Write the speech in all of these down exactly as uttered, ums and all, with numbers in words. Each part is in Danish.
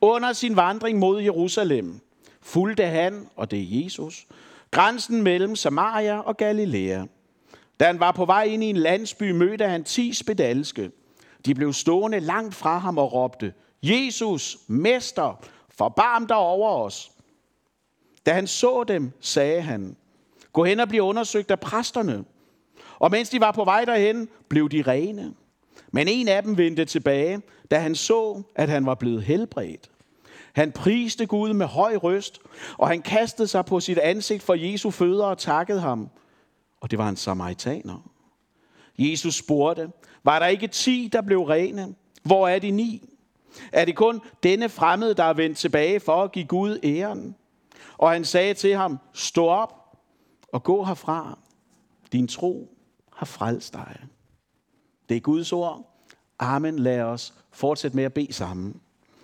Under sin vandring mod Jerusalem fulgte han, og det er Jesus, grænsen mellem Samaria og Galilea. Da han var på vej ind i en landsby, mødte han ti spedalske. De blev stående langt fra ham og råbte, Jesus, Mester, forbarm dig over os. Da han så dem, sagde han, gå hen og bliv undersøgt af præsterne. Og mens de var på vej derhen, blev de rene. Men en af dem vendte tilbage, da han så, at han var blevet helbredt. Han priste Gud med høj røst, og han kastede sig på sit ansigt for Jesu fødder og takkede ham. Og det var en samaritaner. Jesus spurgte, var der ikke ti, der blev rene? Hvor er de ni? Er det kun denne fremmede, der er vendt tilbage for at give Gud æren? Og han sagde til ham, stå op og gå herfra. Din tro har frelst dig. Det er Guds ord. Amen. Lad os fortsætte med at bede sammen.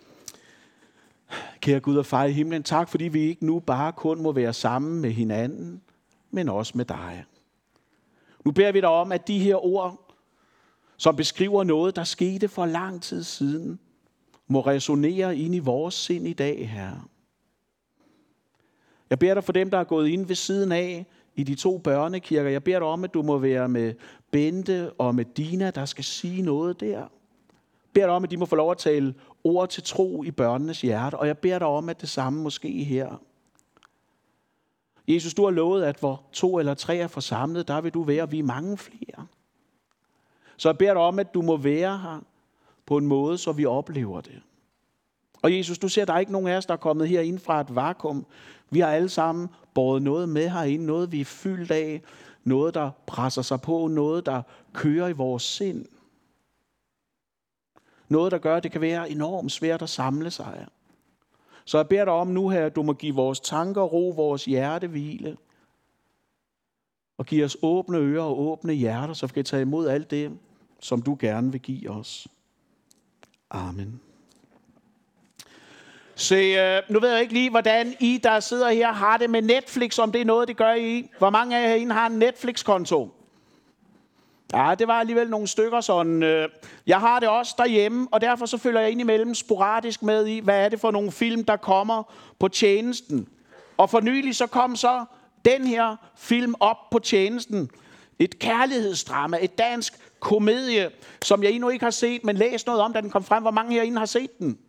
Kære Gud og far i himlen, tak fordi vi ikke nu bare kun må være sammen med hinanden, men også med dig. Nu beder vi dig om, at de her ord, som beskriver noget, der skete for lang tid siden, må resonere ind i vores sind i dag, Herre. Jeg beder dig for dem, der er gået ind ved siden af i de to børnekirker. Jeg beder dig om, at du må være med Bente og med Dina, der skal sige noget der. Jeg beder dig om, at de må få lov at tale ord til tro i børnenes hjerte. Og jeg beder dig om, at det samme måske her. Jesus, du har lovet, at hvor to eller tre er forsamlet, der vil du være, vi er mange flere. Så jeg beder dig om, at du må være her på en måde, så vi oplever det. Og Jesus, du ser, der er ikke nogen af os, der er kommet herind fra et vakuum. Vi har alle sammen båret noget med herinde, noget vi er fyldt af, noget der presser sig på, noget der kører i vores sind. Noget der gør, at det kan være enormt svært at samle sig. Så jeg beder dig om nu her, at du må give vores tanker ro, vores hjerte hvile. Og give os åbne ører og åbne hjerter, så vi kan tage imod alt det, som du gerne vil give os. Amen. Så nu ved jeg ikke lige, hvordan I, der sidder her, har det med Netflix, om det er noget, det gør I. Hvor mange af jer herinde har en Netflix-konto? Ja, det var alligevel nogle stykker sådan. Jeg har det også derhjemme, og derfor så følger jeg indimellem sporadisk med i, hvad er det for nogle film, der kommer på tjenesten. Og for nylig så kom så den her film op på tjenesten. Et kærlighedsdrama, et dansk komedie, som jeg endnu ikke har set, men læst noget om, da den kom frem. Hvor mange herinde har set den?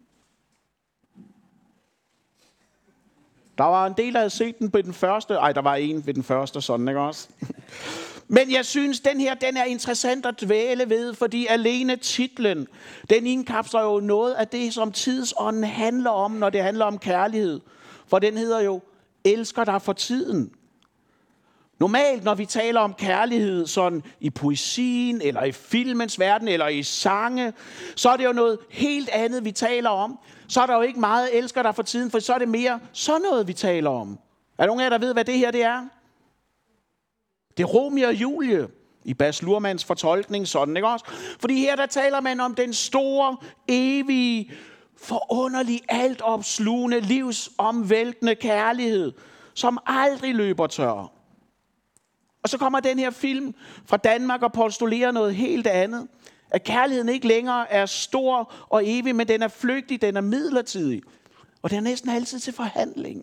Der var en del, der havde set den på den første. Ej, der var en ved den første, sådan, ikke også? Men jeg synes, den her, den er interessant at dvæle ved, fordi alene titlen, den indkapsler jo noget af det, som tidsånden handler om, når det handler om kærlighed. For den hedder jo, elsker dig for tiden. Normalt, når vi taler om kærlighed, sådan i poesien, eller i filmens verden, eller i sange, så er det jo noget helt andet, vi taler om. Så er der jo ikke meget elsker dig for tiden, for så er det mere sådan noget, vi taler om. Er der nogen af jer, der ved, hvad det her det er? Det er Romeo og Julie i Baz Luhrmanns fortolkning, sådan, ikke også? Fordi her der taler man om den store, evige, forunderlige, altopslugende, livsomvæltende kærlighed, som aldrig løber tør. Og så kommer den her film fra Danmark og postulerer noget helt andet. At kærligheden ikke længere er stor og evig, men den er flygtig, den er midlertidig. Og den er næsten altid til forhandling.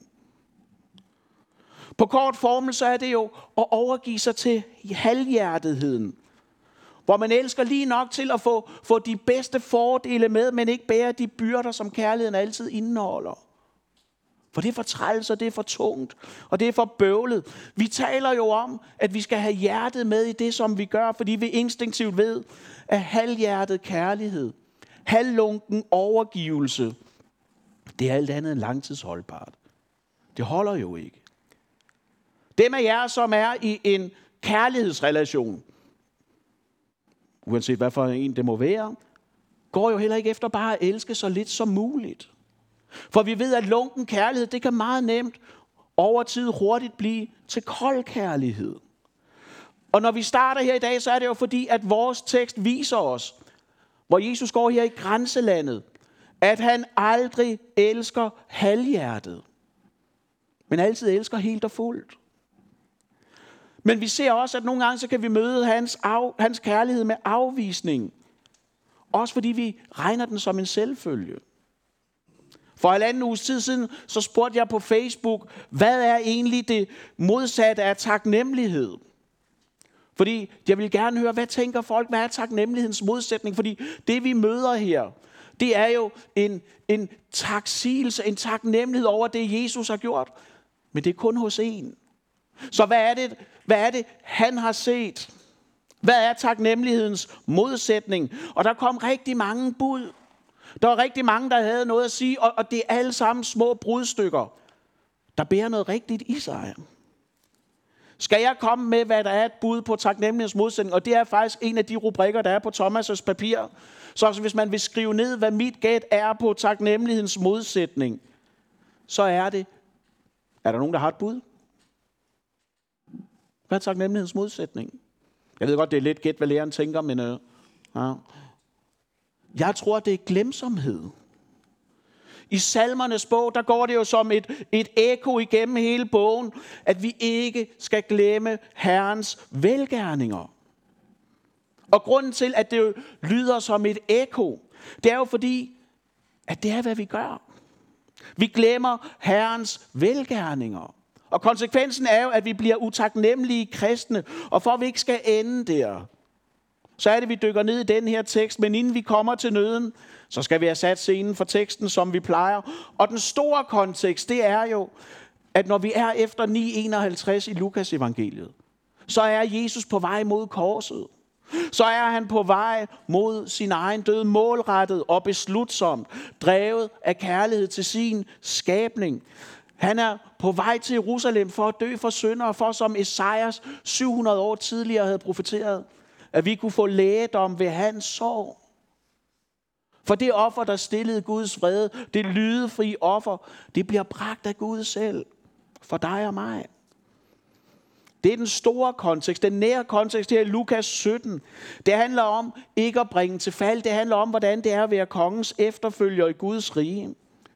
På kort formel så er det jo at overgive sig til halvhjertetheden. Hvor man elsker lige nok til at få, få de bedste fordele med, men ikke bære de byrder, som kærligheden altid indeholder. For det er for træls, og det er for tungt, og det er for bøvlet. Vi taler jo om, at vi skal have hjertet med i det, som vi gør, fordi vi instinktivt ved, at halvhjertet kærlighed, halvlunken overgivelse, det er alt andet end langtidsholdbart. Det holder jo ikke. Dem af jer, som er i en kærlighedsrelation, uanset hvad for en det må være, går jo heller ikke efter bare at elske så lidt som muligt. For vi ved, at lunken kærlighed, det kan meget nemt over tid hurtigt blive til kold kærlighed. Og når vi starter her i dag, så er det jo fordi, at vores tekst viser os, hvor Jesus går her i grænselandet, at han aldrig elsker halvhjertet, men altid elsker helt og fuldt. Men vi ser også, at nogle gange så kan vi møde hans, af, hans kærlighed med afvisning. Også fordi vi regner den som en selvfølge. For halvanden uges tid siden, så spurgte jeg på Facebook, hvad er egentlig det modsatte af taknemmelighed? Fordi jeg vil gerne høre, hvad tænker folk, hvad er taknemmelighedens modsætning? Fordi det vi møder her, det er jo en, en taksigelse, en taknemmelighed over det, Jesus har gjort. Men det er kun hos en. Så hvad er det, hvad er det han har set? Hvad er taknemmelighedens modsætning? Og der kom rigtig mange bud. Der var rigtig mange, der havde noget at sige, og, og det er alle sammen små brudstykker, der bærer noget rigtigt i sig. Skal jeg komme med, hvad der er et bud på taknemmelighedens modsætning? Og det er faktisk en af de rubrikker, der er på Thomas' papir. Så altså, hvis man vil skrive ned, hvad mit gæt er på taknemmelighedens modsætning, så er det, er der nogen, der har et bud? Hvad er taknemmelighedens modsætning? Jeg ved godt, det er lidt gæt, hvad læreren tænker, men øh, ja. Jeg tror, det er glemsomhed. I Salmernes bog, der går det jo som et, et ekko igennem hele bogen, at vi ikke skal glemme Herrens velgerninger. Og grunden til, at det jo lyder som et ekko, det er jo fordi, at det er, hvad vi gør. Vi glemmer Herrens velgerninger. Og konsekvensen er jo, at vi bliver utaknemmelige kristne, og for at vi ikke skal ende der, så er det, vi dykker ned i den her tekst, men inden vi kommer til nøden, så skal vi have sat scenen for teksten, som vi plejer. Og den store kontekst, det er jo, at når vi er efter ni enoghalvtreds i Lukas evangeliet, så er Jesus på vej mod korset. Så er han på vej mod sin egen død, målrettet og beslutsomt, drevet af kærlighed til sin skabning. Han er på vej til Jerusalem for at dø for syndere, for som Esajas syv hundrede år tidligere havde profeteret, at vi kunne få lægedom ved hans sorg. For det offer, der stillede Guds vrede, det lydefri offer, det bliver bragt af Gud selv, for dig og mig. Det er den store kontekst, den nære kontekst her i Lukas sytten. Det handler om ikke at bringe til fald, det handler om, hvordan det er at være kongens efterfølger i Guds rige.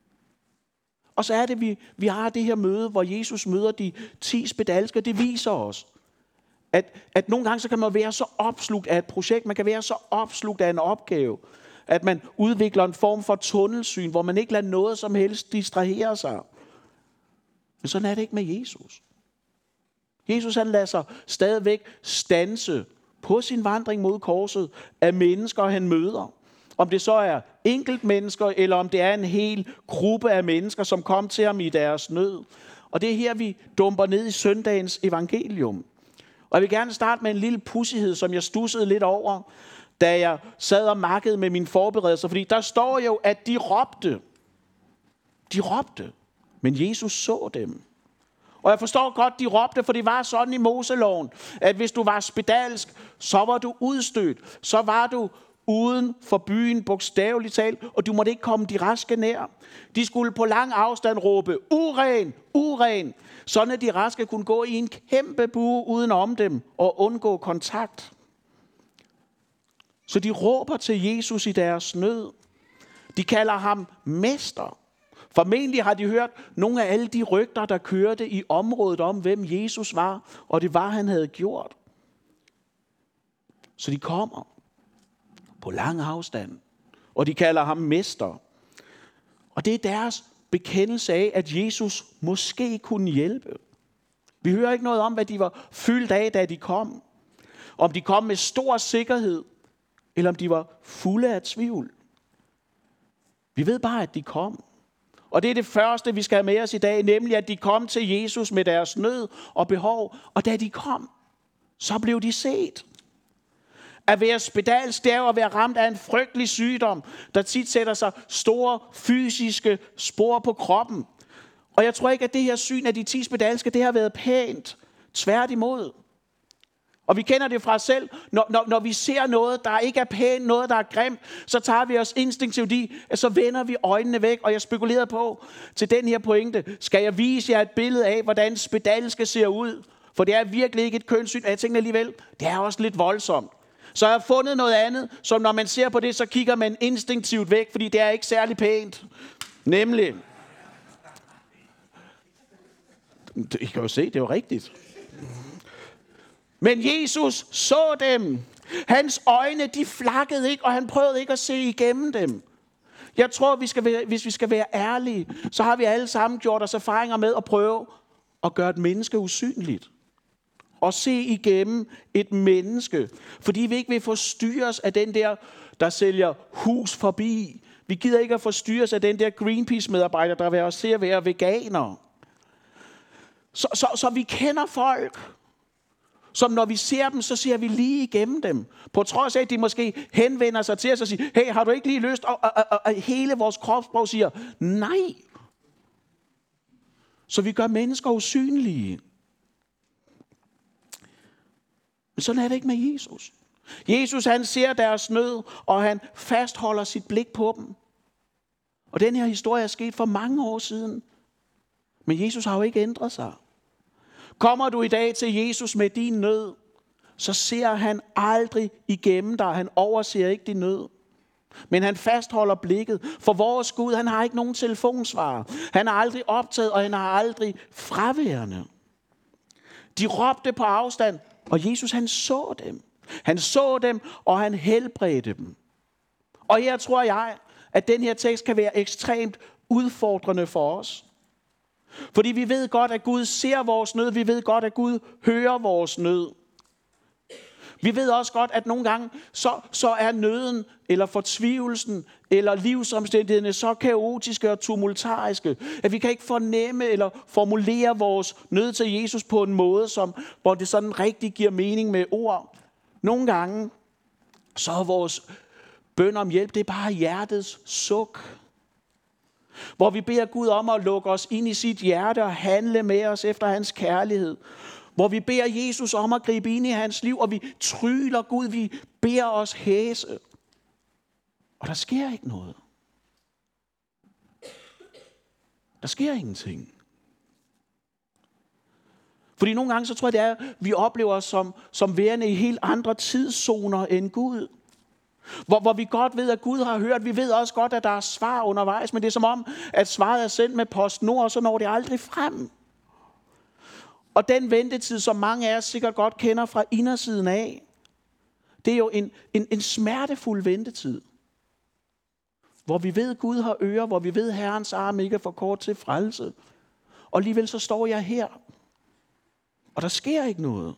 Og så er det, vi, vi har det her møde, hvor Jesus møder de ti spedalske. Det viser os, at, at nogle gange så kan man være så opslugt af et projekt, man kan være så opslugt af en opgave, at man udvikler en form for tunnelsyn, hvor man ikke lader noget som helst distrahere sig. Men sådan er det ikke med Jesus. Jesus han lader sig stadigvæk standse på sin vandring mod korset af mennesker, han møder. Om det så er enkelt mennesker, eller om det er en hel gruppe af mennesker, som kom til ham i deres nød. Og det er her, vi dumper ned i søndagens evangelium. Og jeg vil gerne starte med en lille pudsighed, som jeg stussede lidt over, da jeg sad og makkede med mine forberedelser. Fordi der står jo, at de råbte. De råbte, men Jesus så dem. Og jeg forstår godt, de råbte, for det var sådan i Moseloven, at hvis du var spedalsk, så var du udstødt. Så var du uden for byen, bogstaveligt talt, og du måtte ikke komme de raske nær. De skulle på lang afstand råbe, uren, uren, sådan at de raske kunne gå i en kæmpe bue uden om dem og undgå kontakt. Så de råber til Jesus i deres nød. De kalder ham mester. Formentlig har de hørt nogle af alle de rygter, der kørte i området om, hvem Jesus var, og det var, han havde gjort. Så de kommer på lang afstand, og de kalder ham mester. Og det er deres bekendelse af, at Jesus måske kunne hjælpe. Vi hører ikke noget om, hvad de var fyldt af, da de kom. Om de kom med stor sikkerhed, eller om de var fulde af tvivl. Vi ved bare, at de kom. Og det er det første, vi skal have med os i dag, nemlig at de kom til Jesus med deres nød og behov. Og da de kom, så blev de set. At være spedalsk, det er jo at være ramt af en frygtelig sygdom, der tit sætter sig store fysiske spor på kroppen. Og jeg tror ikke, at det her syn af de ti spedalske, det har været pænt. Tværtimod. Og vi kender det fra os selv. Når, når, når vi ser noget, der ikke er pænt, noget, der er grimt, så tager vi os instinktivt i, at så vender vi øjnene væk. Og jeg spekulerede på til den her pointe, skal jeg vise jer et billede af, hvordan spedalske ser ud? For det er virkelig ikke et kønssyn. Og jeg tænkte alligevel, det er også lidt voldsomt. Så jeg har fundet noget andet, som når man ser på det, så kigger man instinktivt væk, fordi det er ikke særlig pænt. Nemlig, I kan jo se, det er jo rigtigt. Men Jesus så dem. Hans øjne, de flakkede ikke, og han prøvede ikke at se igennem dem. Jeg tror, vi skal være, hvis vi skal være ærlige, så har vi alle sammen gjort os erfaringer med at prøve at gøre et menneske usynligt. Og se igennem et menneske. Fordi vi ikke vil forstyrres af den der, der sælger hus forbi. Vi gider ikke at forstyrres af den der Greenpeace-medarbejder, der vil også se at være veganer. Så, så, så vi kender folk, som når vi ser dem, så ser vi lige igennem dem. På trods af, at de måske henvender sig til os og siger, hey, har du ikke lige lyst? Og, og, og, og hele vores kropssprog siger, nej. Så vi gør mennesker usynlige. Men sådan er det ikke med Jesus. Jesus, han ser deres nød, og han fastholder sit blik på dem. Og den her historie er sket for mange år siden. Men Jesus har jo ikke ændret sig. Kommer du i dag til Jesus med din nød, så ser han aldrig igennem dig. Han overser ikke din nød. Men han fastholder blikket. For vores Gud, han har ikke nogen telefonsvarer. Han er aldrig optaget, og han er aldrig fraværende. De råbte på afstand, og Jesus, han så dem. Han så dem, og han helbredte dem. Og her tror jeg, at den her tekst kan være ekstremt udfordrende for os. Fordi vi ved godt, at Gud ser vores nød. Vi ved godt, at Gud hører vores nød. Vi ved også godt, at nogle gange, så, så er nøden, eller fortvivlelsen, eller livsomstændighederne så kaotiske og tumultariske, at vi kan ikke fornemme eller formulere vores nød til Jesus på en måde, som, hvor det sådan rigtig giver mening med ord. Nogle gange, så er vores bøn om hjælp, det er bare hjertets suk. Hvor vi beder Gud om at lukke os ind i sit hjerte og handle med os efter hans kærlighed. Hvor vi beder Jesus om at gribe ind i hans liv, og vi tryller Gud, vi beder os hæse. Og der sker ikke noget. Der sker ingenting. Fordi nogle gange så tror jeg, det er, at vi oplever os som, som værende i helt andre tidszoner end Gud. Hvor, hvor vi godt ved, at Gud har hørt. Vi ved også godt, at der er svar undervejs. Men det er som om, at svaret er sendt med PostNord, og så når det aldrig frem. Og den ventetid, som mange af os sikkert godt kender fra indersiden af, det er jo en, en, en smertefuld ventetid. Hvor vi ved, at Gud har ører, hvor vi ved, at Herrens arm ikke er for kort til frelse. Og alligevel så står jeg her. Og der sker ikke noget.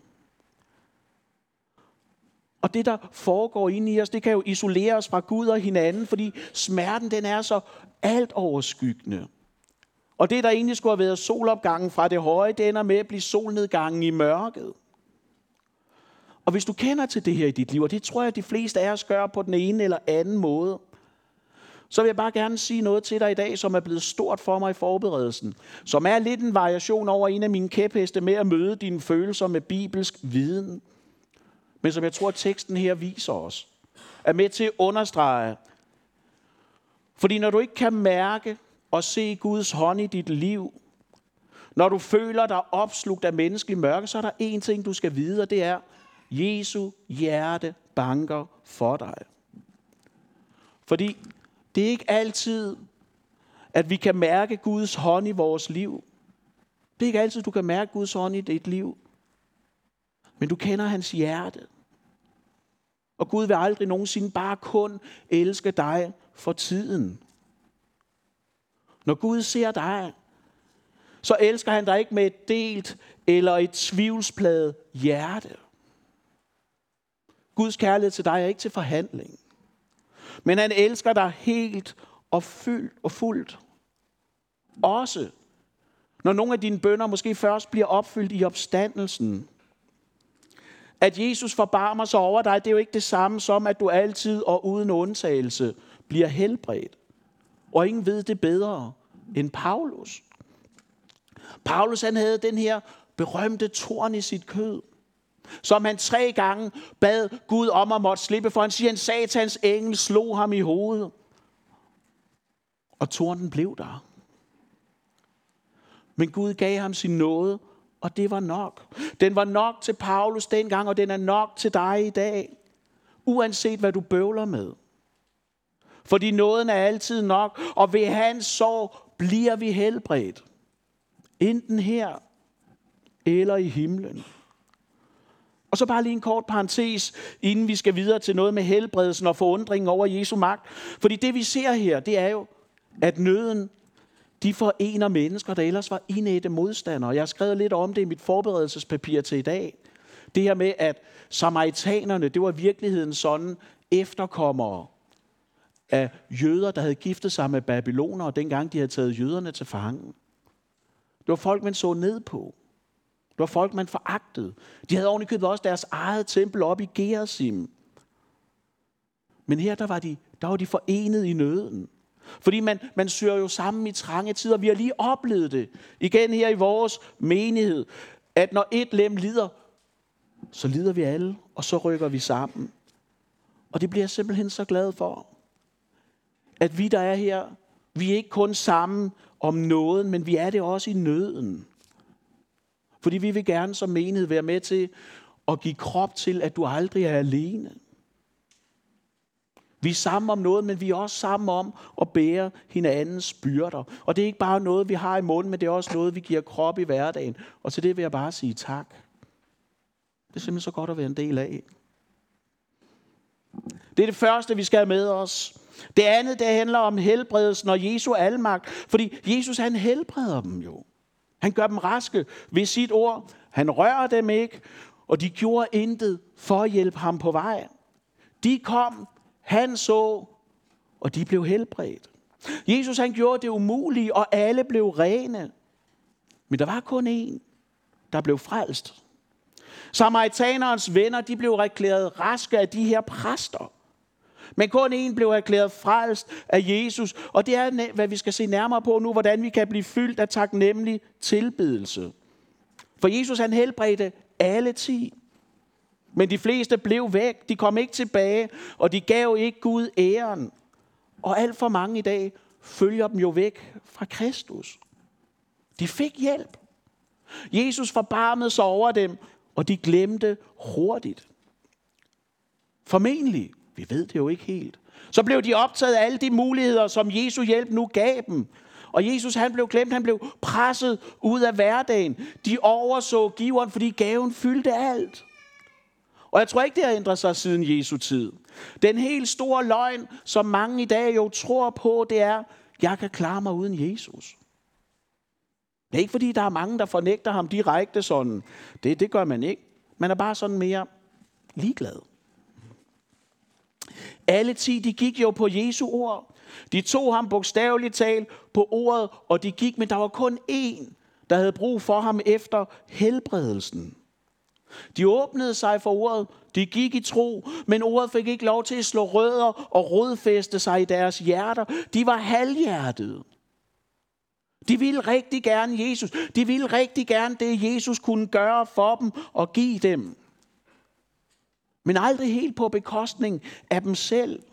Og det, der foregår inde i os, det kan jo isolere os fra Gud og hinanden, fordi smerten, den er så alt overskyggende. Og det, der egentlig skulle have været solopgangen fra det høje, det ender med at blive solnedgangen i mørket. Og hvis du kender til det her i dit liv, og det tror jeg, at de fleste af os gør på den ene eller anden måde, så vil jeg bare gerne sige noget til dig i dag, som er blevet stort for mig i forberedelsen. Som er lidt en variation over en af mine kæpheste med at møde dine følelser med bibelsk viden. Men som jeg tror, at teksten her viser os, er med til at understrege. Fordi når du ikke kan mærke og se Guds hånd i dit liv, når du føler dig opslugt af menneskelig mørke, så er der én ting, du skal vide, og det er, Jesu hjerte banker for dig. Fordi det er ikke altid, at vi kan mærke Guds hånd i vores liv. Det er ikke altid, du kan mærke Guds hånd i dit liv. Men du kender hans hjerte. Og Gud vil aldrig nogensinde bare kun elske dig for tiden. Når Gud ser dig, så elsker han dig ikke med et delt eller et tvivlspladet hjerte. Guds kærlighed til dig er ikke til forhandling. Men han elsker dig helt og fyldt og fuldt. Også når nogle af dine bønner måske først bliver opfyldt i opstandelsen. At Jesus forbarmer sig over dig, det er jo ikke det samme som, at du altid og uden undtagelse bliver helbredt. Og ingen ved det bedre end Paulus. Paulus, han havde den her berømte torn i sit kød, som han tre gange bad Gud om at måtte slippe, for han siger, en satans engel slog ham i hovedet. Og tornen blev der. Men Gud gav ham sin nåde, og det var nok. Den var nok til Paulus dengang, og den er nok til dig i dag. Uanset hvad du bøvler med. Fordi nåden er altid nok, og ved hans sorg bliver vi helbredt. Enten her eller i himlen. Og så bare lige en kort parentes, inden vi skal videre til noget med helbredelsen og forundringen over Jesu magt. Fordi det vi ser her, det er jo, at nøden, de forener mennesker, der ellers var indædte modstandere. Jeg har skrevet lidt om det i mit forberedelsespapir til i dag. Det her med, at samaritanerne, det var i virkeligheden sådan efterkommere af jøder, der havde giftet sig med babylonere, dengang de havde taget jøderne til fange. Det var folk, man så ned på. Det var folk, man foragtede. De havde ovenikøbet også deres eget tempel op i Gerizim. Men her, der var de, der var de forenet i nøden. Fordi man, man søger jo sammen i trange tider. Vi har lige oplevet det igen her i vores menighed, at når et lem lider, så lider vi alle, og så rykker vi sammen. Og det bliver jeg simpelthen så glad for. At vi, der er her, vi er ikke kun sammen om nåden, men vi er det også i nøden. Fordi vi vil gerne som menighed være med til at give krop til, at du aldrig er alene. Vi er sammen om noget, men vi er også sammen om at bære hinandens byrder. Og det er ikke bare noget, vi har i munden, men det er også noget, vi giver krop i hverdagen. Og til det vil jeg bare sige tak. Det er simpelthen så godt at være en del af. Det er det første, vi skal have med os. Det andet, det handler om helbredelsen og Jesu almagt. Fordi Jesus, han helbreder dem jo. Han gør dem raske ved sit ord. Han rører dem ikke, og de gjorde intet for at hjælpe ham på vej. De kom, han så, og de blev helbredt. Jesus, han gjorde det umulige, og alle blev rene. Men der var kun én, der blev frelst. Samaritanerens venner, de blev erklæret raske af de her præster. Men kun én blev erklæret frelst af Jesus. Og det er, hvad vi skal se nærmere på nu, hvordan vi kan blive fyldt af taknemmelig tilbedelse. For Jesus, han helbredte alle ti. Men de fleste blev væk. De kom ikke tilbage, og de gav ikke Gud æren. Og alt for mange i dag følger dem jo væk fra Kristus. De fik hjælp. Jesus forbarmede sig over dem, og de glemte hurtigt. Formentlig, vi ved det jo ikke helt, så blev de optaget af alle de muligheder, som Jesu hjælp nu gav dem. Og Jesus, han blev glemt, han blev presset ud af hverdagen. De overså giveren, fordi gaven fyldte alt. Og jeg tror ikke, det har ændret sig siden Jesu tid. Den helt store løgn, som mange i dag jo tror på, det er, jeg kan klare mig uden Jesus. Det er ikke fordi, der er mange, der fornægter ham direkte sådan. Det, det gør man ikke. Man er bare sådan mere ligeglad. Alle ti, de gik jo på Jesu ord. De tog ham bogstaveligt talt på ordet, og de gik, men der var kun én, der havde brug for ham efter helbredelsen. De åbnede sig for ordet, de gik i tro, men ordet fik ikke lov til at slå rødder og rodfæste sig i deres hjerter. De var halvhjertede. De ville rigtig gerne Jesus. De ville rigtig gerne det, Jesus kunne gøre for dem og give dem. Men aldrig helt på bekostning af dem selv.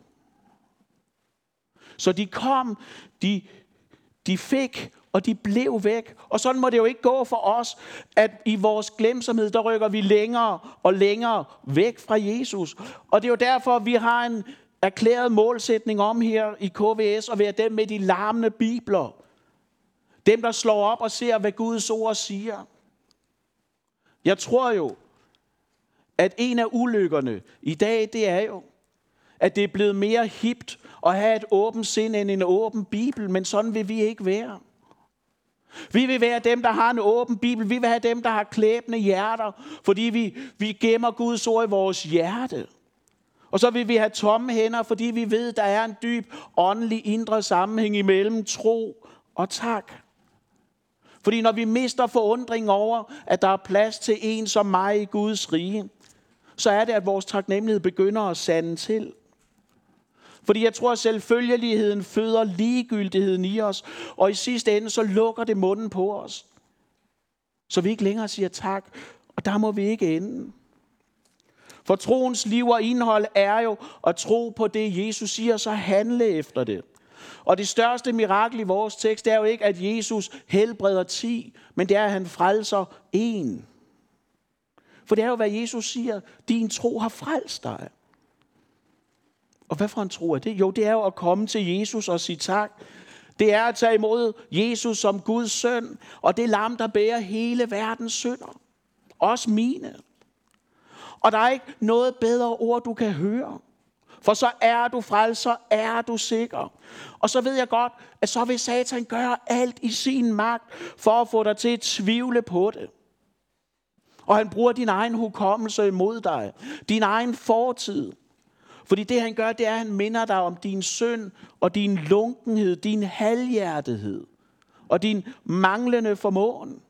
Så de kom, de, de fik, og de blev væk. Og sådan må det jo ikke gå for os, at i vores glemsomhed, der rykker vi længere og længere væk fra Jesus. Og det er jo derfor, vi har en erklæret målsætning om her i K V S, at være dem med de larmende bibler. Dem, der slår op og ser, hvad Guds ord siger. Jeg tror jo, at en af ulykkerne i dag, det er jo, at det er blevet mere hipt at have et åbent sind end en åben bibel, men sådan vil vi ikke være. Vi vil være dem, der har en åben bibel. Vi vil have dem, der har klæbende hjerter, fordi vi, vi gemmer Guds ord i vores hjerte. Og så vil vi have tomme hænder, fordi vi ved, der er en dyb åndelig indre sammenhæng imellem tro og tak. Fordi når vi mister forundring over, at der er plads til en som mig i Guds rige, så er det, at vores taknemmelighed begynder at sande til. Fordi jeg tror, at selvfølgeligheden føder ligegyldigheden i os, og i sidste ende, så lukker det munden på os. Så vi ikke længere siger tak, og der må vi ikke ende. For troens liv og indhold er jo at tro på det, Jesus siger, så handle efter det. Og det største mirakel i vores tekst er jo ikke, at Jesus helbreder ti, men det er, at han frelser en. For det er jo, hvad Jesus siger, din tro har frelst dig. Og hvad for en tro er det? Jo, det er jo at komme til Jesus og sige tak. Det er at tage imod Jesus som Guds søn, og det lam, der bærer hele verdens synder. Også mine. Og der er ikke noget bedre ord, du kan høre. For så er du frelst, så er du sikker. Og så ved jeg godt, at så vil Satan gøre alt i sin magt, for at få dig til at tvivle på det. Og han bruger din egen hukommelse imod dig. Din egen fortid. Fordi det han gør, det er, at han minder dig om din synd og din lunkenhed, din halvhjertethed og din manglende formåen.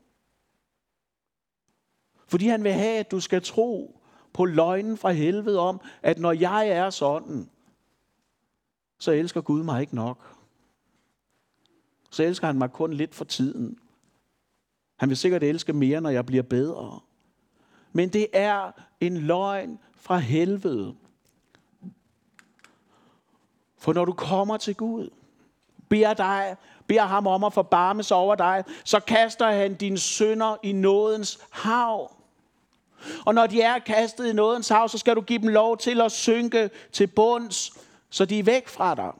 Fordi han vil have, at du skal tro på løgnen fra helvede om, at når jeg er sådan, så elsker Gud mig ikke nok. Så elsker han mig kun lidt for tiden. Han vil sikkert elske mere, når jeg bliver bedre. Men det er en løgn fra helvede. For når du kommer til Gud, beder, dig, beder ham om at forbarme sig over dig, så kaster han dine synder i nådens hav. Og når de er kastet i nådens hav, så skal du give dem lov til at synke til bunds, så de er væk fra dig.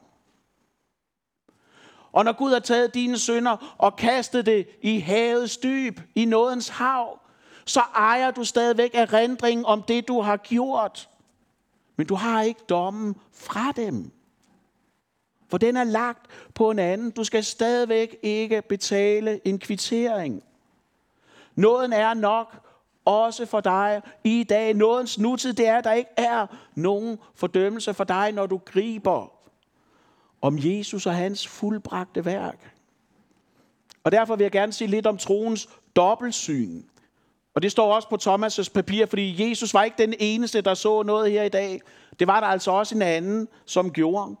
Og når Gud har taget dine synder og kastet det i havets dyb, i nådens hav, så ejer du stadigvæk erindring om det, du har gjort. Men du har ikke dommen fra dem. For den er lagt på en anden. Du skal stadigvæk ikke betale en kvittering. Nåden er nok også for dig i dag. Nådens nutid, det er, at der ikke er nogen fordømmelse for dig, når du griber om Jesus og hans fuldbragte værk. Og derfor vil jeg gerne sige lidt om troens dobbeltsyn. Og det står også på Thomas' papir, fordi Jesus var ikke den eneste, der så noget her i dag. Det var der altså også en anden, som gjorde.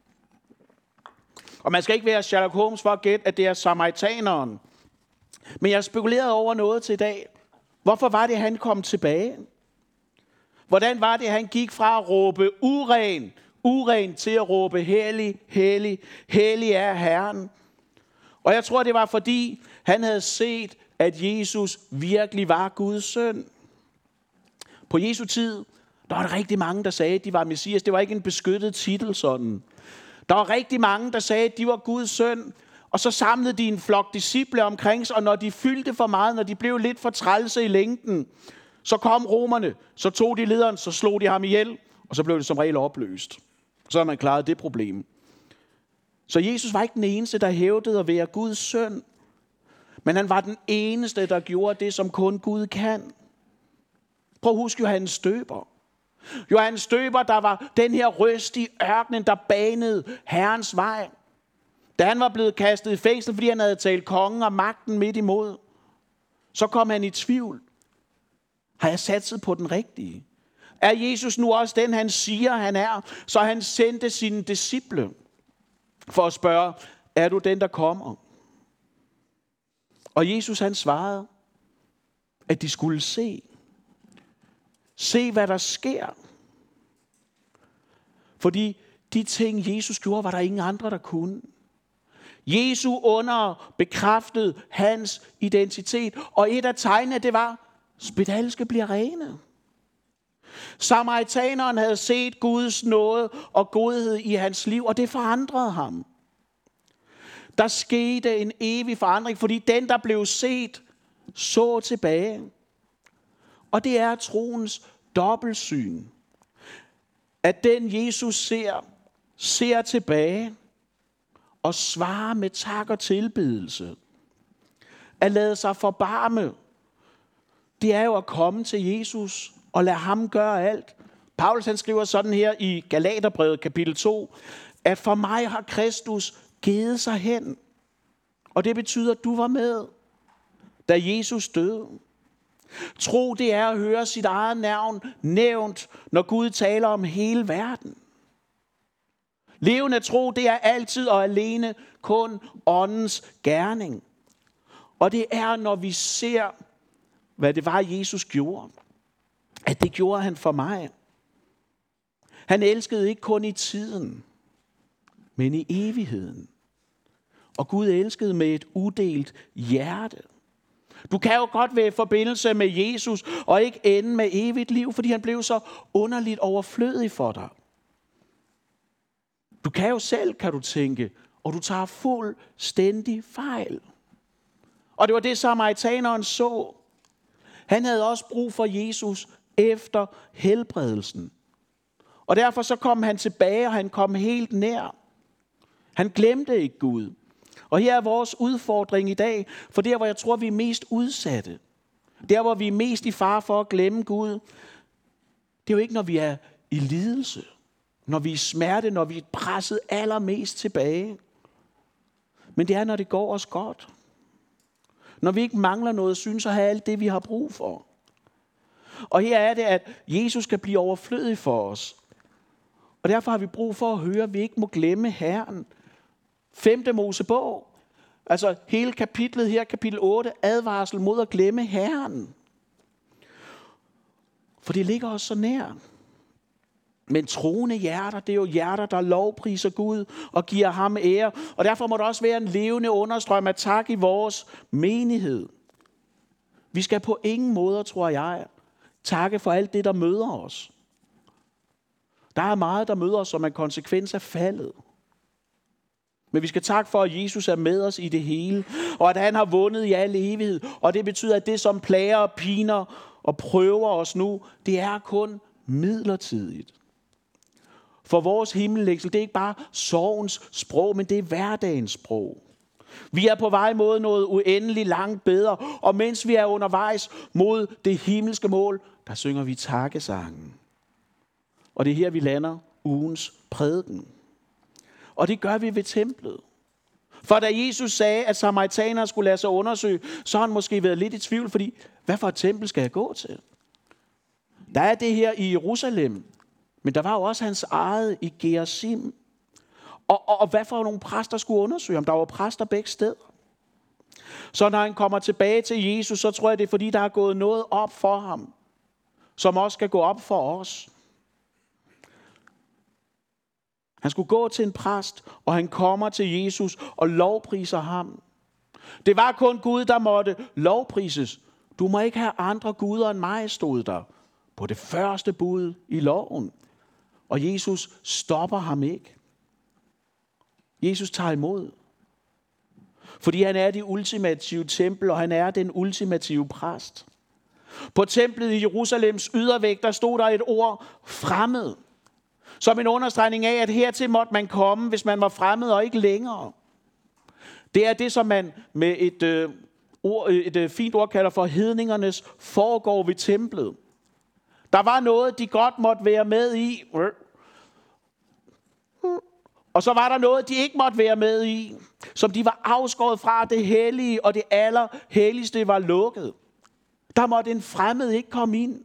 Og man skal ikke være Sherlock Holmes for at gætte, at det er samaritaneren. Men jeg spekulerede over noget til i dag. Hvorfor var det, han kom tilbage? Hvordan var det, han gik fra at råbe uren, uren til at råbe hellig, hellig, hellig er Herren? Og jeg tror, det var fordi, han havde set, at Jesus virkelig var Guds søn. På Jesu tid, der var der rigtig mange, der sagde, at de var Messias. Det var ikke en beskyttet titel sådan. Der var rigtig mange, der sagde, at de var Guds søn. Og så samlede de en flok disciple omkring sig, og når de fyldte for meget, når de blev lidt for trælse i længden, så kom romerne, så tog de lederen, så slog de ham ihjel, og så blev det som regel opløst. Så har man klaret det problem. Så Jesus var ikke den eneste, der hævdede at være Guds søn, men han var den eneste, der gjorde det, som kun Gud kan. Prøv at huske Johannes Døber. Johannes Døber, der var den her røst i ørkenen, der banede Herrens vej. Da han var blevet kastet i fængsel, fordi han havde talt kongen og magten midt imod, så kom han i tvivl. Har jeg satset på den rigtige? Er Jesus nu også den, han siger, han er? Så han sendte sine disciple for at spørge, er du den, der kommer? Og Jesus han svarede, at de skulle se. Se, hvad der sker. Fordi de ting, Jesus gjorde, var der ingen andre, der kunne. Jesu under bekræftede hans identitet. Og et af tegnene, det var, spedalske bliver rene. Samaritaneren havde set Guds nåde og godhed i hans liv, og det forandrede ham. Der skete en evig forandring, fordi den, der blev set, så tilbage. Og det er troens dobbeltsyn. At den Jesus ser, ser tilbage og svarer med tak og tilbedelse. At lade sig forbarme, det er jo at komme til Jesus og lade ham gøre alt. Paulus han skriver sådan her i Galaterbrevet kapitel to, at for mig har Kristus givet sig hen. Og det betyder, at du var med, da Jesus døde. Tro, det er at høre sit eget navn nævnt, når Gud taler om hele verden. Levende tro, det er altid og alene kun åndens gerning. Og det er, når vi ser, hvad det var, Jesus gjorde, at det gjorde han for mig. Han elskede ikke kun i tiden, men i evigheden. Og Gud elskede med et udelt hjerte. Du kan jo godt være i forbindelse med Jesus og ikke ende med evigt liv, fordi han blev så underligt overflødig for dig. Du kan jo selv, kan du tænke, og du tager fuldstændig fejl. Og det var det, samaritaneren så. Han havde også brug for Jesus efter helbredelsen. Og derfor så kom han tilbage, og han kom helt nær. Han glemte ikke Gud. Og her er vores udfordring i dag, for der hvor jeg tror vi er mest udsatte, der hvor vi er mest i fare for at glemme Gud, det er jo ikke når vi er i lidelse, når vi er i smerte, når vi er presset allermest tilbage. Men det er når det går os godt. Når vi ikke mangler noget, synes at have alt det vi har brug for. Og her er det, at Jesus skal blive overflødig for os. Og derfor har vi brug for at høre, at vi ikke må glemme Herren. Femte Mosebog, altså hele kapitlet her, kapitel otte, advarsel mod at glemme Herren. For det ligger os så nær. Men troende hjerter, det er jo hjerter, der lovpriser Gud og giver ham ære. Og derfor må der også være en levende understrøm af tak i vores menighed. Vi skal på ingen måde, tror jeg, takke for alt det, der møder os. Der er meget, der møder os som en konsekvens af faldet. Men vi skal takke for, at Jesus er med os i det hele, og at han har vundet i al evighed. Og det betyder, at det, som plager og piner og prøver os nu, det er kun midlertidigt. For vores himmellængsel, det er ikke bare sorgens sprog, men det er hverdagens sprog. Vi er på vej mod noget uendeligt langt bedre, og mens vi er undervejs mod det himmelske mål, der synger vi takkesangen. Og det er her, vi lander ugens prædiken. Og det gør vi ved templet. For da Jesus sagde, at samaritanere skulle lade sig undersøge, så har han måske været lidt i tvivl, fordi hvad for et tempel skal jeg gå til? Der er det her i Jerusalem, men der var jo også hans eget i Gerizim. Og, og, og hvad for nogle præster skulle undersøge, om der var præster begge steder? Så når han kommer tilbage til Jesus, så tror jeg, det er fordi, der er gået noget op for ham, som også skal gå op for os. Han skulle gå til en præst, og han kommer til Jesus og lovpriser ham. Det var kun Gud, der måtte lovprises. Du må ikke have andre guder end mig, stod der på det første bud i loven. Og Jesus stopper ham ikke. Jesus tager imod. Fordi han er det ultimative tempel, og han er den ultimative præst. På templet i Jerusalems ydervæg, der stod der et ord fremmed. Som en understregning af, at hertil måtte man komme, hvis man var fremmed og ikke længere. Det er det, som man med et, øh, ord, et øh, fint ord kalder for hedningernes foregår ved templet. Der var noget, de godt måtte være med i. Og så var der noget, de ikke måtte være med i, som de var afskåret fra. Det hellige og det allerhelligste var lukket. Der måtte en fremmed ikke komme ind.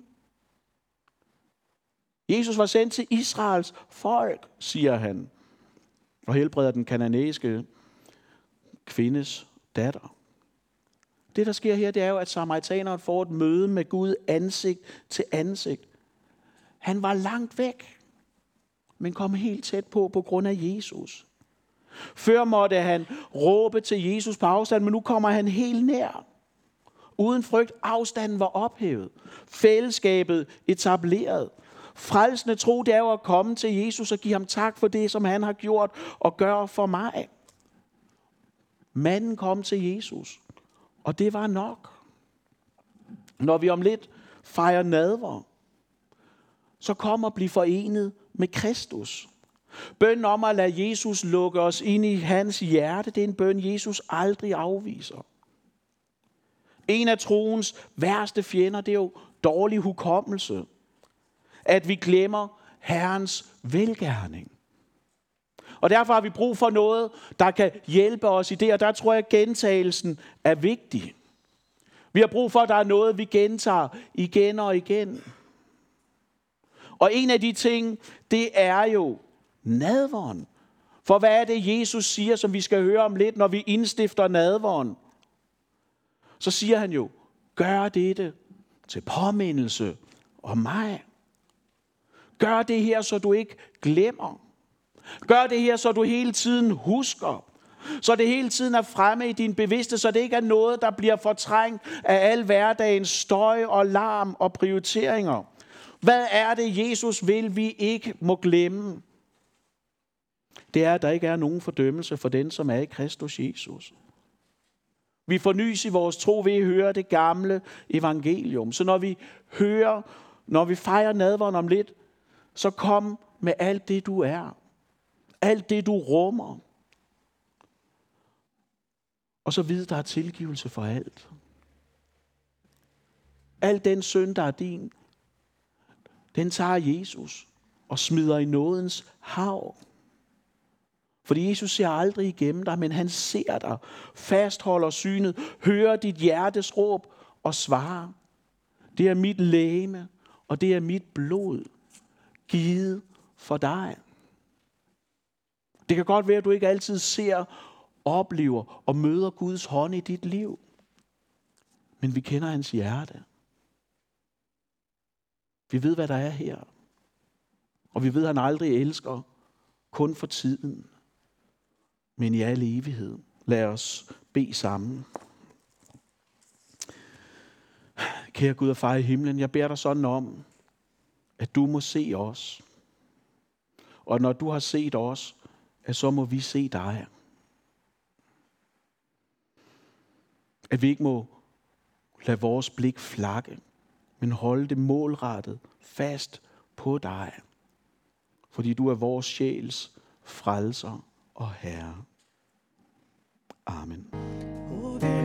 Jesus var sendt til Israels folk, siger han, og helbreder den kananæiske kvindes datter. Det, der sker her, det er jo, at samaritaneren får et møde med Gud ansigt til ansigt. Han var langt væk, men kom helt tæt på på grund af Jesus. Før måtte han råbe til Jesus på afstand, men nu kommer han helt nær. Uden frygt, afstanden var ophævet. Fællesskabet etableret. Frelsende tro, det er jo at komme til Jesus og give ham tak for det, som han har gjort og gør for mig. Manden kom til Jesus, og det var nok. Når vi om lidt fejrer nadver, så kom og bliv forenet med Kristus. Bønnen om at lade Jesus lukke os ind i hans hjerte, det er en bøn, Jesus aldrig afviser. En af troens værste fjender, det er jo dårlig hukommelse. At vi glemmer Herrens velgerning. Og derfor har vi brug for noget, der kan hjælpe os i det, og der tror jeg, at gentagelsen er vigtig. Vi har brug for, at der er noget, vi gentager igen og igen. Og en af de ting, det er jo nadveren. For hvad er det, Jesus siger, som vi skal høre om lidt, når vi indstifter nadveren? Så siger han jo, gør dette til påmindelse om mig. Gør det her, så du ikke glemmer. Gør det her, så du hele tiden husker. Så det hele tiden er fremme i din bevidsthed, så det ikke er noget, der bliver fortrængt af al hverdagens støj og larm og prioriteringer. Hvad er det, Jesus vil, vi ikke må glemme? Det er, at der ikke er nogen fordømmelse for den, som er i Kristus Jesus. Vi fornyes i vores tro ved at høre det gamle evangelium. Så når vi hører når vi fejrer nadveren om lidt, så kom med alt det, du er. Alt det, du rummer. Og så vid, der er tilgivelse for alt. Al den synd, der er din, den tager Jesus og smider i nådens hav. Fordi Jesus ser aldrig igennem dig, men han ser dig, fastholder synet, hører dit hjertes råb og svarer. Det er mit legeme, og det er mit blod, givet for dig. Det kan godt være, at du ikke altid ser, oplever og møder Guds hånd i dit liv. Men vi kender hans hjerte. Vi ved, hvad der er her. Og vi ved, at han aldrig elsker kun for tiden, men i al evighed. Lad os bede sammen. Kære Gud og far i himlen, jeg beder dig sådan om, at du må se os. Og når du har set os, at så må vi se dig. At vi ikke må lade vores blik flakke, men holde det målrettet fast på dig. Fordi du er vores sjæls frelser og herre. Amen.